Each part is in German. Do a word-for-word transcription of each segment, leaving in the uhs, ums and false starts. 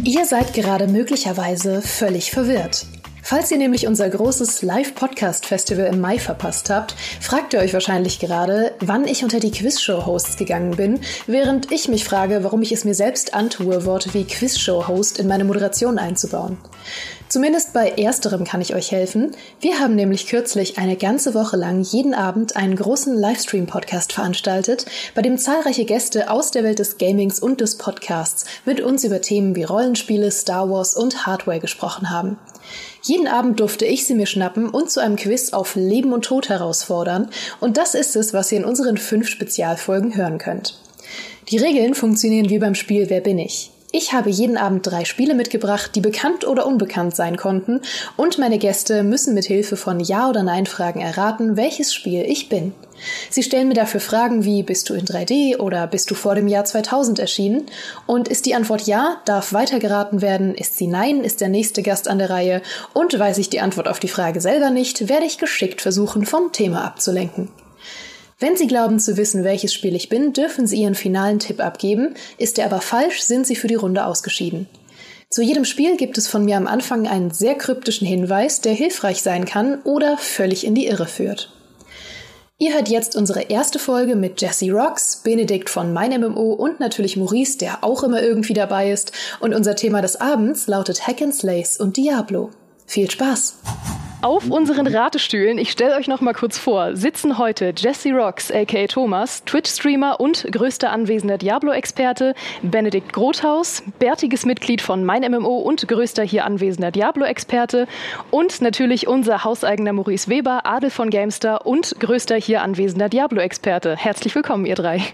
Ihr seid gerade möglicherweise völlig verwirrt. Falls ihr nämlich unser großes Live-Podcast-Festival im Mai verpasst habt, fragt ihr euch wahrscheinlich gerade, wann ich unter die Quizshow-Hosts gegangen bin, während ich mich frage, warum ich es mir selbst antue, Worte wie Quizshow-Host in meine Moderation einzubauen. Zumindest bei ersterem kann ich euch helfen. Wir haben nämlich kürzlich eine ganze Woche lang jeden Abend einen großen Livestream-Podcast veranstaltet, bei dem zahlreiche Gäste aus der Welt des Gamings und des Podcasts mit uns über Themen wie Rollenspiele, Star Wars und Hardware gesprochen haben. Jeden Abend durfte ich sie mir schnappen und zu einem Quiz auf Leben und Tod herausfordern. Und das ist es, was ihr in unseren fünf Spezialfolgen hören könnt. Die Regeln funktionieren wie beim Spiel Wer bin ich? Ich habe jeden Abend drei Spiele mitgebracht, die bekannt oder unbekannt sein konnten, und meine Gäste müssen mit Hilfe von Ja- oder Nein-Fragen erraten, welches Spiel ich bin. Sie stellen mir dafür Fragen wie, bist du in drei D oder bist du vor dem Jahr zweitausend erschienen? Und ist die Antwort Ja, darf weitergeraten werden, ist sie Nein, ist der nächste Gast an der Reihe, und weiß ich die Antwort auf die Frage selber nicht, werde ich geschickt versuchen, vom Thema abzulenken. Wenn Sie glauben zu wissen, welches Spiel ich bin, dürfen Sie Ihren finalen Tipp abgeben. Ist er aber falsch, sind Sie für die Runde ausgeschieden. Zu jedem Spiel gibt es von mir am Anfang einen sehr kryptischen Hinweis, der hilfreich sein kann oder völlig in die Irre führt. Ihr hört jetzt unsere erste Folge mit Jesse Rocks, Benedikt von MeinMMO und natürlich Maurice, der auch immer irgendwie dabei ist. Und unser Thema des Abends lautet Hack and Slays und Diablo. Viel Spaß! Auf unseren Ratestühlen, ich stelle euch noch mal kurz vor, sitzen heute Jesse Rocks, aka Thomas, Twitch-Streamer und größter anwesender Diablo-Experte, Benedikt Grothaus, bärtiges Mitglied von MeinMMO und größter hier anwesender Diablo-Experte und natürlich unser hauseigener Maurice Weber, Adel von Gamestar und größter hier anwesender Diablo-Experte. Herzlich willkommen, ihr drei.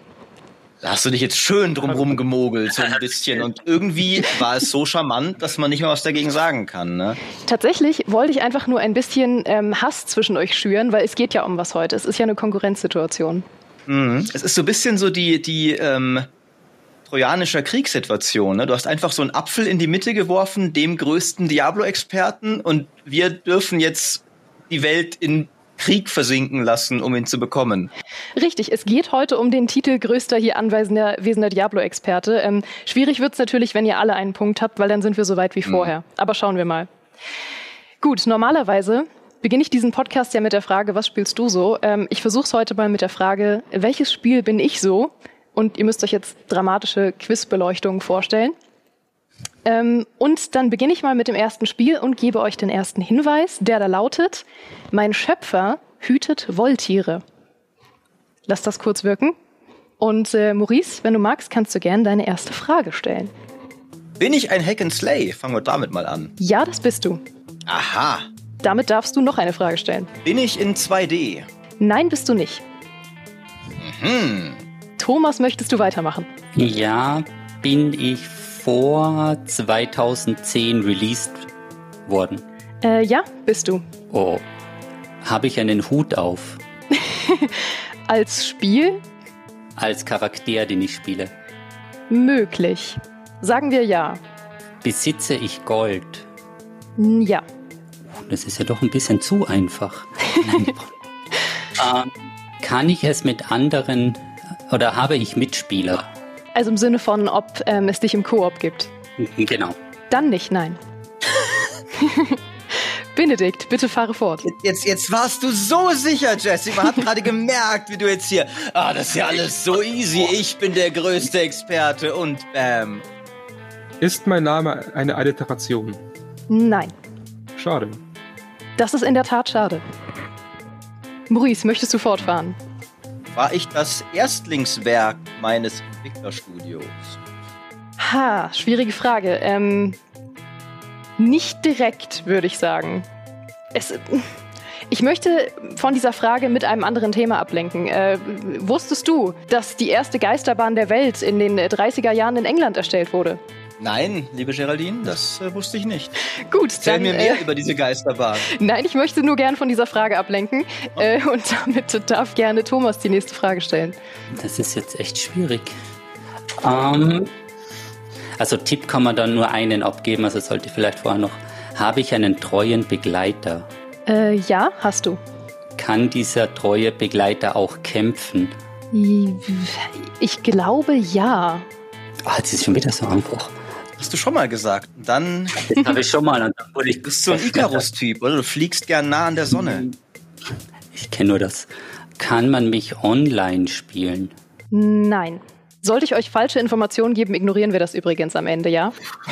Da hast du dich jetzt schön drumrum gemogelt, so ein bisschen. Und irgendwie war es so charmant, dass man nicht mehr was dagegen sagen kann, ne? Tatsächlich wollte ich einfach nur ein bisschen ähm, Hass zwischen euch schüren, weil es geht ja um was heute. Es ist ja eine Konkurrenzsituation. Mhm. Es ist so ein bisschen so die, die ähm, trojanische Kriegssituation, ne? Du hast einfach so einen Apfel in die Mitte geworfen, dem größten Diablo-Experten, und wir dürfen jetzt die Welt in Krieg versinken lassen, um ihn zu bekommen. Richtig, es geht heute um den Titel größter hier anwesender Diablo-Experte. Ähm, schwierig wird's natürlich, wenn ihr alle einen Punkt habt, weil dann sind wir so weit wie vorher. Mhm. Aber schauen wir mal. Gut, normalerweise beginne ich diesen Podcast ja mit der Frage, was spielst du so? Ähm, ich versuche es heute mal mit der Frage, welches Spiel bin ich so? Und ihr müsst euch jetzt dramatische Quizbeleuchtungen vorstellen. Ähm, und dann beginne ich mal mit dem ersten Spiel und gebe euch den ersten Hinweis, der da lautet: Mein Schöpfer hütet Wolltiere. Lass das kurz wirken. Und äh, Maurice, wenn du magst, kannst du gerne deine erste Frage stellen. Bin ich ein Hack and Slay? Fangen wir damit mal an. Ja, das bist du. Aha. Damit darfst du noch eine Frage stellen. Bin ich in zwei D? Nein, bist du nicht. Mhm. Thomas, möchtest du weitermachen? Ja, bin ich vor zweitausendzehn released worden? Äh, ja, bist du. Oh. Habe ich einen Hut auf? Als Spiel? Als Charakter, den ich spiele? Möglich. Sagen wir ja. Besitze ich Gold? Ja. Das ist ja doch ein bisschen zu einfach. ähm, kann ich es mit anderen, oder habe ich Mitspieler? Also im Sinne von, ob ähm, es dich im Koop gibt. Genau. Dann nicht, nein. Benedikt, bitte fahre fort. Jetzt, jetzt warst du so sicher, Jesse. Man hat gerade gemerkt, wie du jetzt hier... Ah, das ist ja alles so easy. Ich bin der größte Experte und bam. Ist mein Name eine Alliteration? Nein. Schade. Das ist in der Tat schade. Maurice, möchtest du fortfahren? War ich das Erstlingswerk meines Entwicklerstudios? Ha, schwierige Frage. Ähm, nicht direkt, würde ich sagen. Es, ich möchte von dieser Frage mit einem anderen Thema ablenken. Äh, wusstest du, dass die erste Geisterbahn der Welt in den dreißiger Jahren in England erstellt wurde? Nein, liebe Geraldine, das äh, wusste ich nicht. Gut, Erzähl dann, mir mehr äh, über diese Geisterbahn. Nein, ich möchte nur gern von dieser Frage ablenken. Äh, und damit darf gerne Thomas die nächste Frage stellen. Das ist jetzt echt schwierig. Ähm, also Tipp kann man dann nur einen abgeben, also sollte vielleicht vorher noch. Habe ich einen treuen Begleiter? Äh, ja, hast du. Kann dieser treue Begleiter auch kämpfen? Ich glaube, ja. Ah, jetzt ist schon wieder so einfach. Hast du schon mal gesagt. Und dann... Das habe ich schon mal. Und dann wurde ich Du bist so ein Icarus-Typ, oder? Du fliegst gern nah an der Sonne. Ich kenne nur das. Kann man mich online spielen? Nein. Sollte ich euch falsche Informationen geben, ignorieren wir das übrigens am Ende, ja?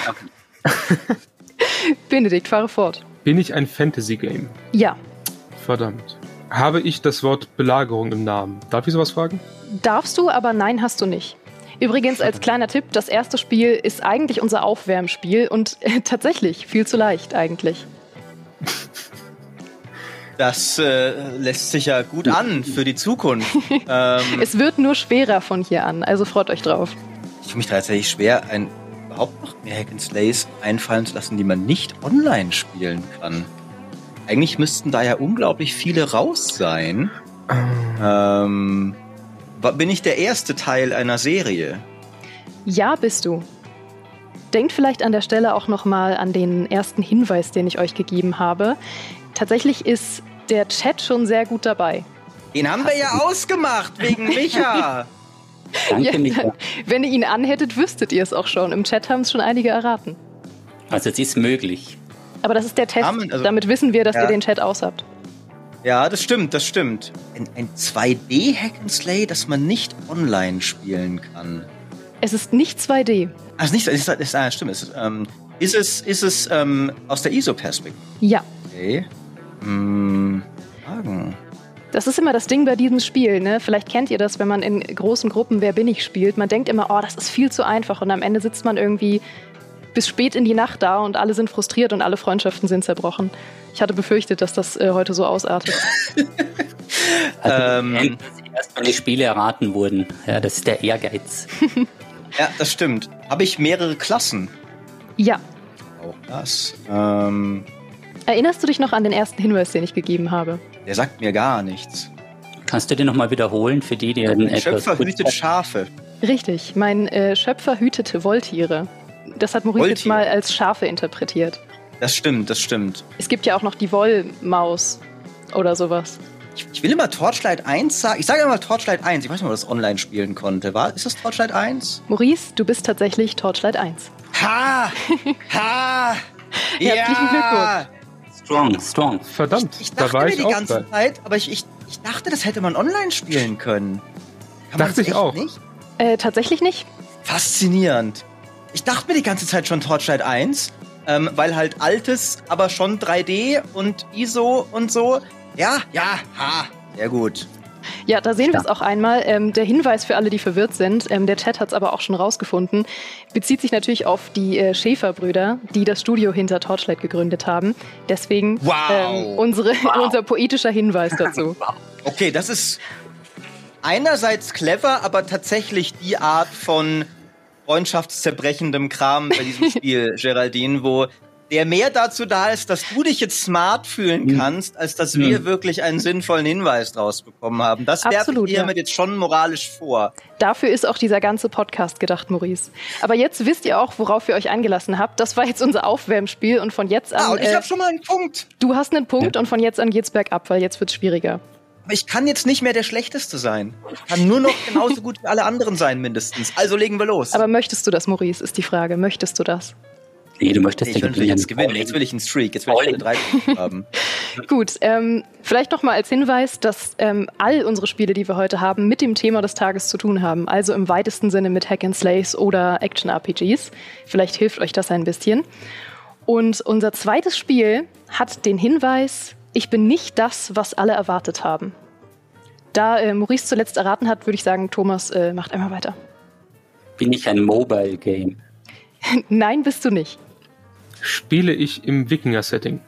Benedikt, fahre fort. Bin ich ein Fantasy-Game? Ja. Verdammt. Habe ich das Wort Belagerung im Namen? Darf ich sowas fragen? Darfst du, aber nein, hast du nicht. Übrigens als kleiner Tipp, das erste Spiel ist eigentlich unser Aufwärmspiel und äh, tatsächlich viel zu leicht eigentlich. Das äh, lässt sich ja gut an für die Zukunft. ähm, Es wird nur schwerer von hier an, also freut euch drauf. ich tue mich tatsächlich schwer, ein, überhaupt noch mehr Hack-and-Slays einfallen zu lassen, die man nicht online spielen kann. Eigentlich müssten da ja unglaublich viele raus sein. Ähm, bin ich der erste Teil einer Serie? Ja, bist du. Denkt vielleicht an der Stelle auch nochmal an den ersten Hinweis, den ich euch gegeben habe. Tatsächlich ist der Chat schon sehr gut dabei. Den haben wir ja ausgemacht, wegen Micha. Danke, Ja, Micha. wenn ihr ihn anhättet, wüsstet ihr es auch schon. Im Chat haben es schon einige erraten. Also es ist möglich. Aber das ist der Test. Amen, also- Damit wissen wir, dass Ja. ihr den Chat aus habt. Ja, das stimmt, das stimmt. Ein, ein zwei D Hack-and-Slay, das man nicht online spielen kann. Es ist nicht zwei D. Also nicht, ist, ist, ah, stimmt. Ist, ähm, ist es, ist es ähm, aus der I S O-Perspektive? Ja. Okay. Hm, Fragen. Das ist immer das Ding bei diesem Spiel, ne? Vielleicht kennt ihr das, wenn man in großen Gruppen Wer bin ich spielt. Man denkt immer, oh, das ist viel zu einfach. Und am Ende sitzt man irgendwie bis spät in die Nacht da und alle sind frustriert und alle Freundschaften sind zerbrochen. Ich hatte befürchtet, dass das äh, heute so ausartet. Also Ähm. erst wenn die Spiele erraten wurden. Ja, das ist der Ehrgeiz. Ja, das stimmt. Habe ich mehrere Klassen? Ja. Auch das. Ähm, Erinnerst du dich noch an den ersten Hinweis, den ich gegeben habe? der sagt mir gar nichts. Kannst du den nochmal wiederholen für die, die den Ein etwas Schöpfer gut- hütet Schafe. Richtig, mein äh, Schöpfer hütete Wolltiere. Das hat Maurice jetzt Wolltiere. mal als Schafe interpretiert. Das stimmt, das stimmt. Es gibt ja auch noch die Wollmaus oder sowas. Ich, ich will immer Torchlight eins sagen. Ich sage immer Torchlight eins. Ich weiß nicht, ob man das online spielen konnte. War, ist das Torchlight eins? Maurice, du bist tatsächlich Torchlight eins. Ha! Ha! Herzlichen Glückwunsch. Strong, strong. Verdammt, Ich da dachte war mir ich die auch ganze bei. Zeit, aber ich, ich, ich dachte, das hätte man online spielen können. Kann man Dachte das ich echt auch. Nicht? Äh, tatsächlich nicht. Faszinierend. Ich dachte mir die ganze Zeit schon Torchlight eins, ähm, weil halt altes, aber schon drei D und I S O und so. Ja, ja, ha, sehr gut. Ja, da sehen wir es auch einmal. Ähm, der Hinweis für alle, die verwirrt sind, ähm, der Chat hat es aber auch schon rausgefunden, bezieht sich natürlich auf die äh, Schäfer-Brüder, die das Studio hinter Torchlight gegründet haben. Deswegen Wow. ähm, unsere, unser poetischer Hinweis dazu. Okay, das ist einerseits clever, aber tatsächlich die Art von freundschaftszerbrechendem Kram bei diesem Spiel, Geraldine, wo der mehr dazu da ist, dass du dich jetzt smart fühlen kannst, als dass wir wirklich einen sinnvollen Hinweis draus bekommen haben. Das werfe ich Absolut, dir ja. hiermit jetzt schon moralisch vor. Dafür ist auch dieser ganze Podcast gedacht, Maurice. Aber jetzt wisst ihr auch, worauf ihr euch eingelassen habt. Das war jetzt unser Aufwärmspiel und von jetzt an... Ah, und ich äh, habe schon mal einen Punkt. du hast einen Punkt und von jetzt an geht's bergab, weil jetzt wird's schwieriger. Aber ich kann jetzt nicht mehr der Schlechteste sein. Ich kann nur noch genauso gut wie alle anderen sein, mindestens. Also legen wir los. Aber möchtest du das, Maurice, ist die Frage. Möchtest du das? Nee, du möchtest Nee, ich ja will jetzt gewinnen. Jetzt will ich einen Streak. Jetzt will ich eine drei Punkte haben. Gut, ähm, vielleicht noch mal als Hinweis, dass ähm, all unsere Spiele, die wir heute haben, mit dem Thema des Tages zu tun haben. Also im weitesten Sinne mit Hack and Slays oder Action-R P Gs. Vielleicht hilft euch das ein bisschen. Und unser zweites Spiel hat den Hinweis, ich bin nicht das, was alle erwartet haben. Da äh, Maurice zuletzt erraten hat, würde ich sagen, Thomas, äh, macht einmal weiter. Bin ich ein Mobile Game? Nein, bist du nicht. Spiele ich im Wikinger-Setting?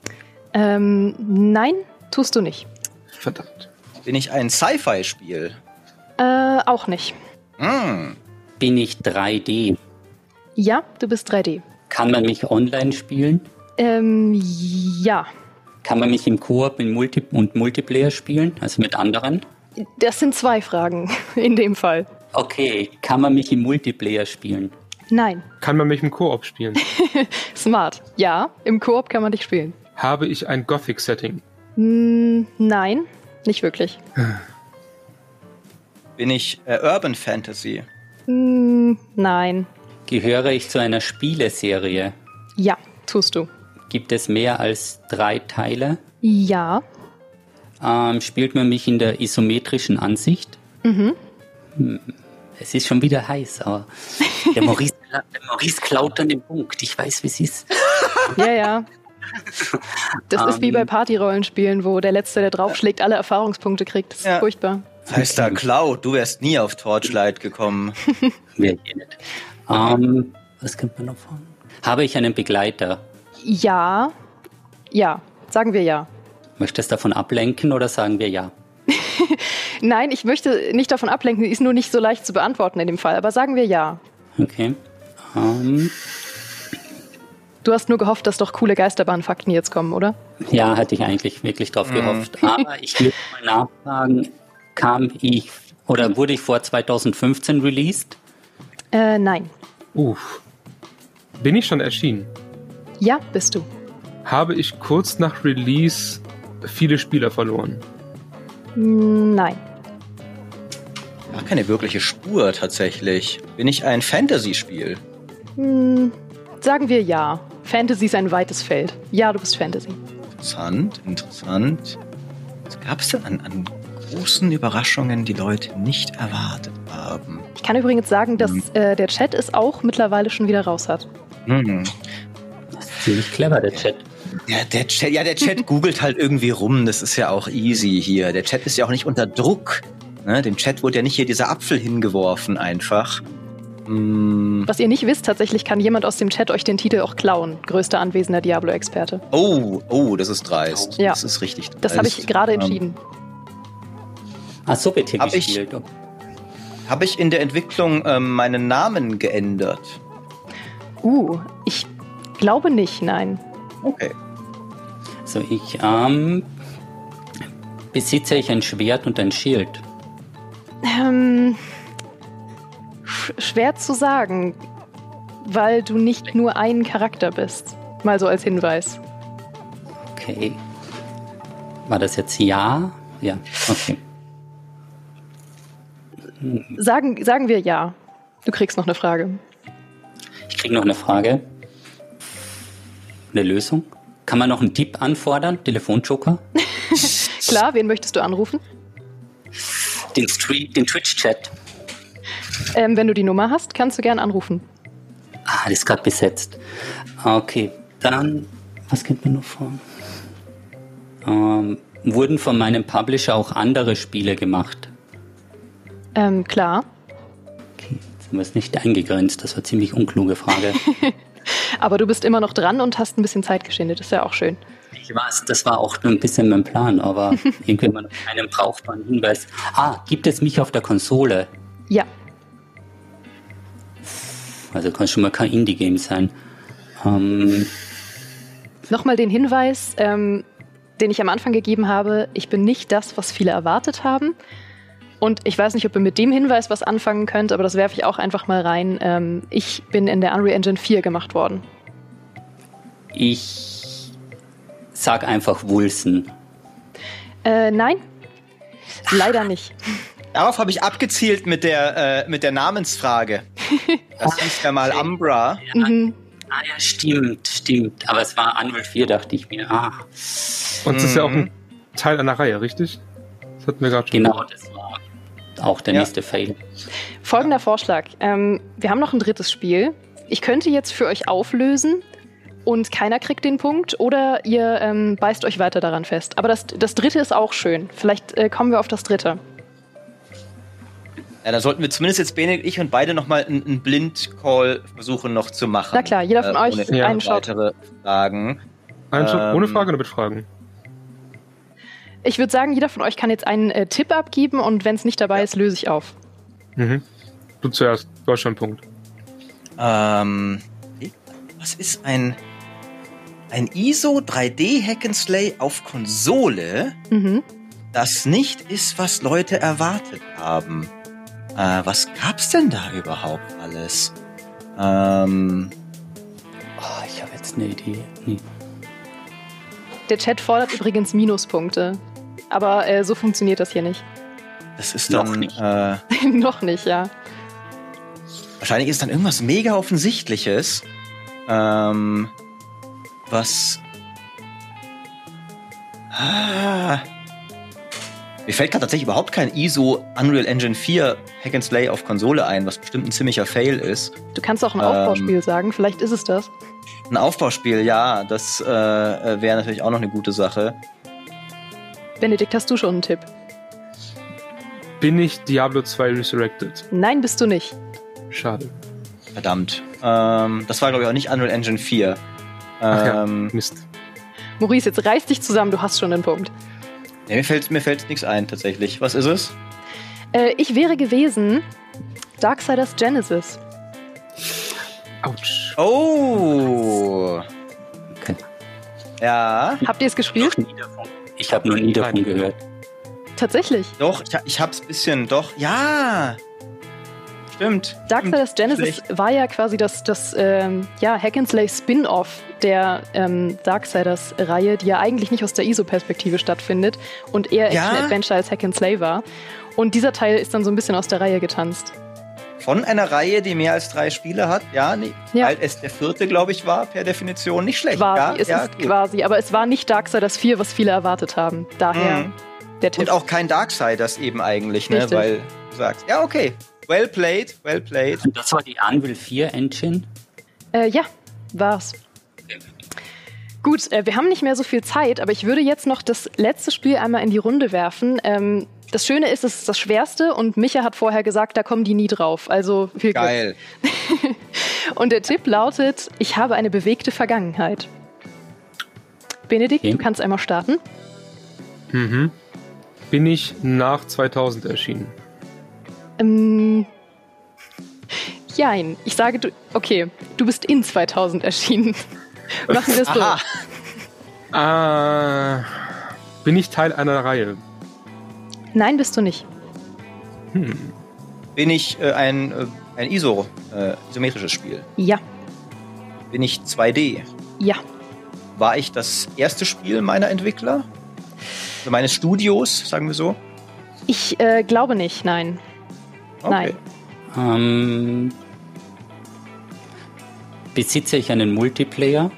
Ähm, nein, tust du nicht. Verdammt. Bin ich ein Sci-Fi-Spiel? Äh, auch nicht. Hm. Bin ich drei D? Ja, du bist drei D. Kann man mich online spielen? Ähm, ja. Kann man mich im Koop in Multi- und Multiplayer spielen, also mit anderen? Das sind zwei Fragen in dem Fall. Okay, kann man mich im Multiplayer spielen? Nein. Kann man mich im Koop spielen? Smart. Ja, im Koop kann man dich spielen. Habe ich ein Gothic-Setting? Mm, nein, nicht wirklich. Bin ich äh, Urban Fantasy? Mm, nein. Gehöre ich zu einer Spieleserie? Ja, tust du. Gibt es mehr als drei Teile? Ja. Ähm, spielt man mich in der isometrischen Ansicht? Mhm. Hm. Es ist schon wieder heiß, aber der Maurice, der Maurice klaut dann den Punkt. Ich weiß, wie es ist. Ja, ja. Das um, ist wie bei Partyrollenspielen, wo der Letzte, der draufschlägt, alle Erfahrungspunkte kriegt. Das ist ja. furchtbar. Das heißt da, Cloud, du wärst nie auf Torchlight gekommen. Wer hier nicht. Um, was könnte man noch fragen? Habe ich einen Begleiter? Ja. Ja. Sagen wir ja. Möchtest du davon ablenken oder sagen wir ja? Nein, ich möchte nicht davon ablenken, ist nur nicht so leicht zu beantworten in dem Fall, aber sagen wir ja. Okay. Um. Du hast nur gehofft, dass doch coole Geisterbahnfakten jetzt kommen, oder? Ja, hatte ich eigentlich wirklich drauf gehofft. Aber ich will mal nachfragen, kam ich oder wurde ich vor zwanzig fünfzehn released? Äh, nein. Uff. Bin ich schon erschienen? Ja, bist du. Habe ich kurz nach Release viele Spieler verloren? Nein. Ach, keine wirkliche Spur tatsächlich. Bin ich ein Fantasy-Spiel? Hm, sagen wir ja. Fantasy ist ein weites Feld. Ja, du bist Fantasy. Interessant, interessant. Was gab es denn an, an großen Überraschungen, die Leute nicht erwartet haben? Ich kann übrigens sagen, dass hm. äh, der Chat es auch mittlerweile schon wieder raus hat. Hm. Das ist ziemlich clever, der Chat. Ja, der Chat, ja, der Chat googelt halt irgendwie rum. Das ist ja auch easy hier. Der Chat ist ja auch nicht unter Druck. Ne? Dem Chat wurde ja nicht hier dieser Apfel hingeworfen einfach. Hm. Was ihr nicht wisst, tatsächlich kann jemand aus dem Chat euch den Titel auch klauen. Größter anwesender Diablo-Experte. Oh, oh, das ist dreist. Ja. Das ist richtig dreist. Das habe ich gerade entschieden. Ach, so wird hier hab gespielt. Ich, habe ich in der Entwicklung ähm, meinen Namen geändert? Uh, ich glaube nicht, nein. Okay. So, ich, ähm, besitze ich ein Schwert und ein Schild? Ähm, sch- schwer zu sagen, weil du nicht nur ein Charakter bist. Mal so als Hinweis. Okay. War das jetzt ja? Ja, okay. Sagen, sagen wir ja. Du kriegst noch eine Frage. Ich krieg noch eine Frage. Eine Lösung? Kann man noch einen Tipp anfordern? Telefonjoker? Klar, wen möchtest du anrufen? Den, Street, den Twitch-Chat. Ähm, wenn du die Nummer hast, kannst du gern anrufen. Ah, das ist gerade besetzt. Okay, dann, was könnte man noch fragen? Ähm, wurden von meinem Publisher auch andere Spiele gemacht? Ähm, klar. Okay, jetzt haben wir es nicht eingegrenzt. Das war eine ziemlich unkluge Frage. Aber du bist immer noch dran und hast ein bisschen Zeit geschindet. Das ist ja auch schön. Ich weiß, das war auch ein bisschen mein Plan, aber irgendwie mal noch einen brauchbaren Hinweis. Ah, gibt es mich auf der Konsole? Ja. Also kann schon mal kein Indie-Game sein. Ähm, Nochmal den Hinweis, ähm, den ich am Anfang gegeben habe. Ich bin nicht das, was viele erwartet haben. Und ich weiß nicht, ob ihr mit dem Hinweis was anfangen könnt, aber das werfe ich auch einfach mal rein. Ähm, ich bin in der Unreal Engine vier gemacht worden. ich sag einfach Wulsen. Äh, nein, leider nicht. Darauf habe ich abgezielt mit der, äh, mit der Namensfrage. Das hieß ja mal Umbra. Ja, Mhm. ah ja, stimmt, stimmt. Aber es war Unreal vier, dachte ich mir. Ah, Und es ist ja auch ein Teil einer Reihe, richtig? Das hatten wir gerade schon. genau, das war auch der Ja. nächste Fail. Folgender Vorschlag. Ähm, wir haben noch ein drittes Spiel. Ich könnte jetzt für euch auflösen und keiner kriegt den Punkt oder ihr ähm, beißt euch weiter daran fest. Aber das, das dritte ist auch schön. Vielleicht äh, kommen wir auf das dritte. Ja, da sollten wir zumindest jetzt Benedikt, ich und beide nochmal einen, einen Blind-Call versuchen noch zu machen. Na klar, jeder von euch ohne Ja. einen Shot. weitere Fragen. Ein Shot Ähm, ohne Frage oder mit Fragen? Ich würde sagen, jeder von euch kann jetzt einen äh, Tipp abgeben und wenn es nicht dabei ist, löse ich auf. Mhm. Du zuerst, du hast schon einen Punkt. Ähm, was ist ein, ein I S O drei D Hack'n'Slay auf Konsole, Mhm. das nicht ist, was Leute erwartet haben? Äh, was gab's denn da überhaupt alles? Ähm, Oh, ich habe jetzt eine Idee. Hm. Der Chat fordert übrigens Minuspunkte. Aber äh, so funktioniert das hier nicht. das ist Noch dann, nicht. äh, Noch nicht, ja. wahrscheinlich ist dann irgendwas mega Offensichtliches, ähm, was... Ah, mir fällt gerade tatsächlich überhaupt kein I S O Unreal Engine vier Hack and Slay auf Konsole ein, was bestimmt ein ziemlicher Fail ist. Du kannst auch ein Aufbauspiel ähm, sagen, vielleicht ist es das. Ein Aufbauspiel, ja, das äh, wäre natürlich auch noch eine gute Sache. Benedikt, hast du schon einen Tipp? Bin ich Diablo zwei Resurrected? Nein, bist du nicht. Schade. Verdammt. Ähm, das war, glaube ich, auch nicht Unreal Engine vier. Ach Ähm, ja, Mist. Maurice, jetzt reiß dich zusammen, du hast schon einen Punkt. nee, mir fällt, mir fällt nichts ein, tatsächlich. Was ist es? Äh, ich wäre gewesen Darksiders Genesis. Autsch. Oh! Okay. Ja. Habt ihr es gespielt? Ich habe noch nie davon gehört. Tatsächlich. Doch, ich, ich hab's ein bisschen, doch. Ja! Stimmt. Darksiders Stimmt. Genesis Schlecht. war ja quasi das, das ähm, ja, Hack and Slay Spin-Off der ähm, Darksiders-Reihe, die ja eigentlich nicht aus der I S O-Perspektive stattfindet und eher Ja? Action-Adventure als Hack and Slay war. Und dieser Teil ist dann so ein bisschen aus der Reihe getanzt. Von einer Reihe, die mehr als drei Spiele hat. Ja, nee, Ja. weil es der vierte, glaube ich, war, per Definition. Nicht schlecht. Quasi, ja, es ja, ist gut. quasi, aber es war nicht Darksiders vier, was viele erwartet haben. Daher Mhm. der Tipp. Und auch kein Darksiders eben eigentlich, ne? Richtig. Weil du sagst, ja, okay. Well played, well played. Und das war die Unreal vier Engine? Äh, ja, war's. Gut, äh, wir haben nicht mehr so viel Zeit, aber ich würde jetzt noch das letzte Spiel einmal in die Runde werfen. Ähm, das Schöne ist, es ist das Schwerste und Micha hat vorher gesagt, da kommen die nie drauf. Also viel Glück. Geil. Und der Tipp lautet, ich habe eine bewegte Vergangenheit. Benedikt, Okay. du kannst einmal starten. Mhm. Bin ich nach zweitausend erschienen? Ähm, jein. Ich sage, du, okay, du bist in zweitausend erschienen. Machen wir es so. Aha. Äh, bin ich Teil einer Reihe? Nein, bist du nicht. Bin ich äh, ein, äh, ein I S O, äh, isometrisches Spiel? Ja, Bin ich zwei D? ja. War ich das erste Spiel meiner Entwickler? Also meines Studios, sagen wir so? Ich äh, glaube nicht, nein. Okay. Nein. Ähm, besitze ich einen Multiplayer?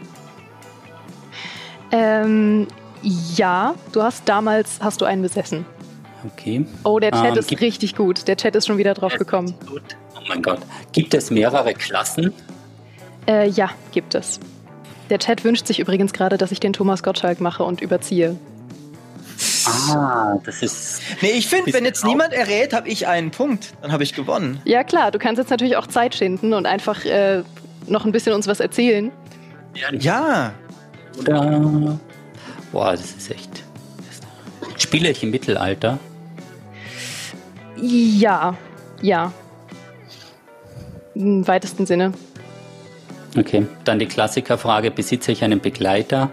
Ähm, ja, du hast damals, hast du einen besessen. Okay. Oh, der Chat Ähm, ist gibt- richtig gut. Der Chat ist schon wieder drauf gekommen. Gut. Oh mein Gott. Gibt es mehrere Klassen? Äh, ja, gibt es. Der Chat wünscht sich übrigens gerade, dass ich den Thomas Gottschalk mache und überziehe. Ah, das ist... Nee, ich finde, Bist wenn du jetzt drauf? niemand errät, habe ich einen Punkt. Dann habe ich gewonnen. Ja, klar, du kannst jetzt natürlich auch Zeit schinden und einfach äh, noch ein bisschen uns was erzählen. Ja. Oder... Boah, das ist echt... Spiele ich im Mittelalter? Ja, ja. Im weitesten Sinne. Okay. Dann die Klassikerfrage, besitze ich einen Begleiter?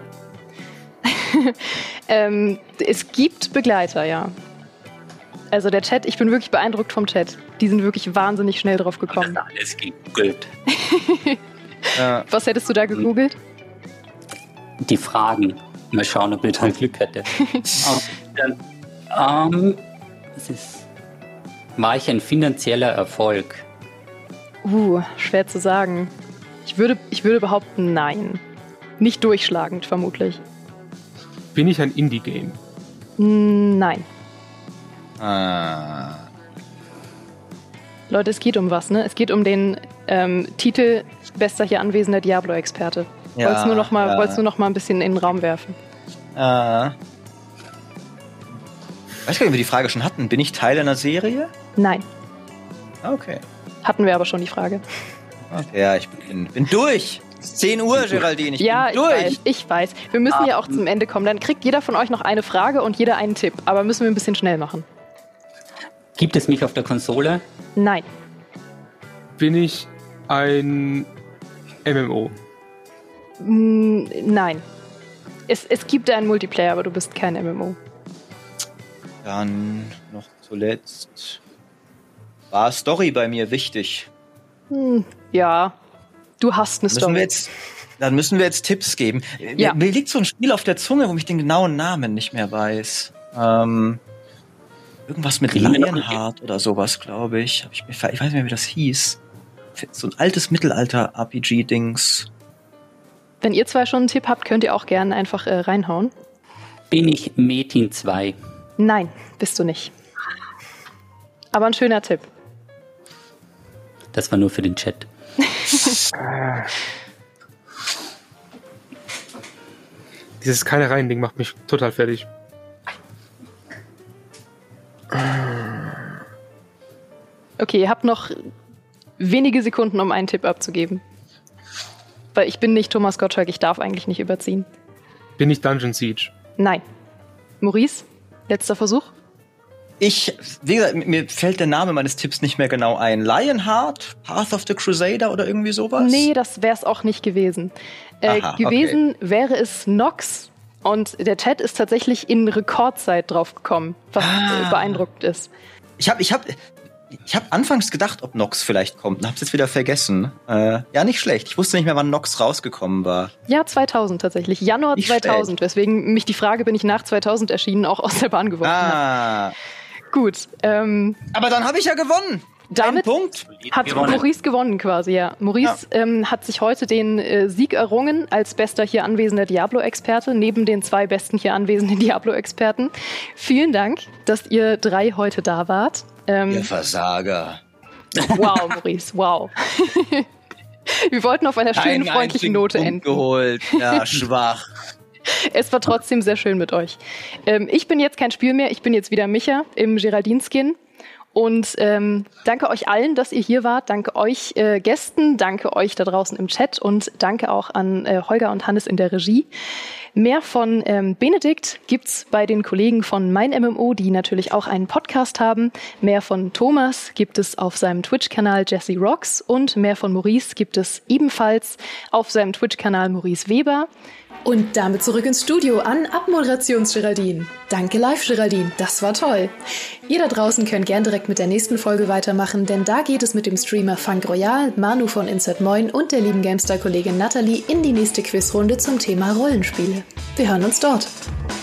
Ähm, es gibt Begleiter, ja. Also der Chat, ich bin wirklich beeindruckt vom Chat. Die sind wirklich wahnsinnig schnell drauf gekommen. Das alles gegoogelt. Äh, Was hättest du da gegoogelt? Die Fragen. Mal schauen, ob ich dann Glück hätte. Okay, dann, ähm, was ist... War ich ein finanzieller Erfolg? Uh, schwer zu sagen. Ich würde, ich würde behaupten, nein. Nicht durchschlagend, vermutlich. Bin ich ein Indie-Game? Mm, Nein. ah. Leute, es geht um was, ne? Es geht um den ähm, Titel Bester hier anwesender Diablo-Experte. Ja, Wollt's nur noch mal, ja. wollt's nur noch mal ein bisschen in den Raum werfen. Äh. Weiß gar nicht, ob wir die Frage schon hatten. Bin ich Teil einer Serie? Nein. Okay. Hatten wir aber schon die Frage. okay. Ja, ich bin, bin durch. Es ist zehn Uhr, Geraldine. Ich ja, bin ich durch. weiß, ich weiß. Wir müssen ja auch zum Ende kommen. Dann kriegt jeder von euch noch eine Frage und jeder einen Tipp. Aber müssen wir ein bisschen schnell machen. Gibt es mich auf der Konsole? Nein. Bin ich ein M M O? Mm, Nein. Es, es gibt einen Multiplayer, aber du bist kein M M O. Dann noch zuletzt. War Story bei mir wichtig? Hm, ja. Du hast eine Müssen Story. wir jetzt, dann müssen wir jetzt Tipps geben. Ja. Mir, mir liegt so ein Spiel auf der Zunge, wo ich den genauen Namen nicht mehr weiß. Ähm, irgendwas mit Kriegen wir noch Lionheart oder sowas, glaube ich. Hab ich, mir ver- ich weiß nicht mehr, wie das hieß. So ein altes Mittelalter-R P G-Dings. Wenn ihr zwei schon einen Tipp habt, könnt ihr auch gerne einfach äh, reinhauen. Bin ich Metin zwei? Nein, bist du nicht. Aber ein schöner Tipp. Das war nur für den Chat. Dieses keine rein Ding macht mich total fertig. Okay, ihr habt noch wenige Sekunden, um einen Tipp abzugeben. Weil ich bin nicht Thomas Gottschalk, ich darf eigentlich nicht überziehen. Bin ich Dungeon Siege? Nein. Maurice, letzter Versuch? Ich, wie gesagt, mir fällt der Name meines Tipps nicht mehr genau ein. Lionheart? Path of the Crusader oder irgendwie sowas? Nee, das wäre es auch nicht gewesen. Äh, Aha, gewesen okay. wäre es Nox. Und der Chat ist tatsächlich in Rekordzeit drauf gekommen, was ah. beeindruckend ist. Ich habe ich hab, ich hab anfangs gedacht, ob Nox vielleicht kommt und hab's jetzt wieder vergessen. Äh, ja, nicht schlecht. Ich wusste nicht mehr, wann Nox rausgekommen war. Ja, zweitausend tatsächlich. Januar nicht zweitausend. Schlecht. Weswegen mich die Frage, bin ich nach zweitausend erschienen, auch aus der Bahn geworfen ah. hat. Gut. Ähm, Aber dann habe ich ja gewonnen. Damit Ein Punkt. hat gewonnen. Maurice gewonnen quasi, ja. Maurice ja. Ähm, hat sich heute den äh, Sieg errungen als bester hier anwesender Diablo-Experte, neben den zwei besten hier anwesenden Diablo-Experten. Vielen Dank, dass ihr drei heute da wart. Ähm, Ihr Versager. Wow, Maurice, wow. Wir wollten auf einer schönen, Keinen freundlichen einzigen Note Punkt enden. geholt. Ja, schwach. Es war trotzdem sehr schön mit euch. Ähm, ich bin jetzt kein Spiel mehr, ich bin jetzt wieder Micha im Geraldine-Skin. Und ähm, danke euch allen, dass ihr hier wart. Danke euch äh, Gästen, danke euch da draußen im Chat und danke auch an äh, Holger und Hannes in der Regie. Mehr von ähm, Benedikt gibt's bei den Kollegen von Mein M M O, die natürlich auch einen Podcast haben. Mehr von Thomas gibt es auf seinem Twitch-Kanal Jesse Rocks und mehr von Maurice gibt es ebenfalls auf seinem Twitch-Kanal Maurice Weber. Und damit zurück ins Studio an Abmoderations-Geraldine. Danke live, Geraldine, das war toll. Ihr da draußen könnt gern direkt mit der nächsten Folge weitermachen, denn da geht es mit dem Streamer Funk Royal, Manu von Insert Moin und der lieben GameStar-Kollegin Nathalie in die nächste Quizrunde zum Thema Rollenspiele. Wir hören uns dort.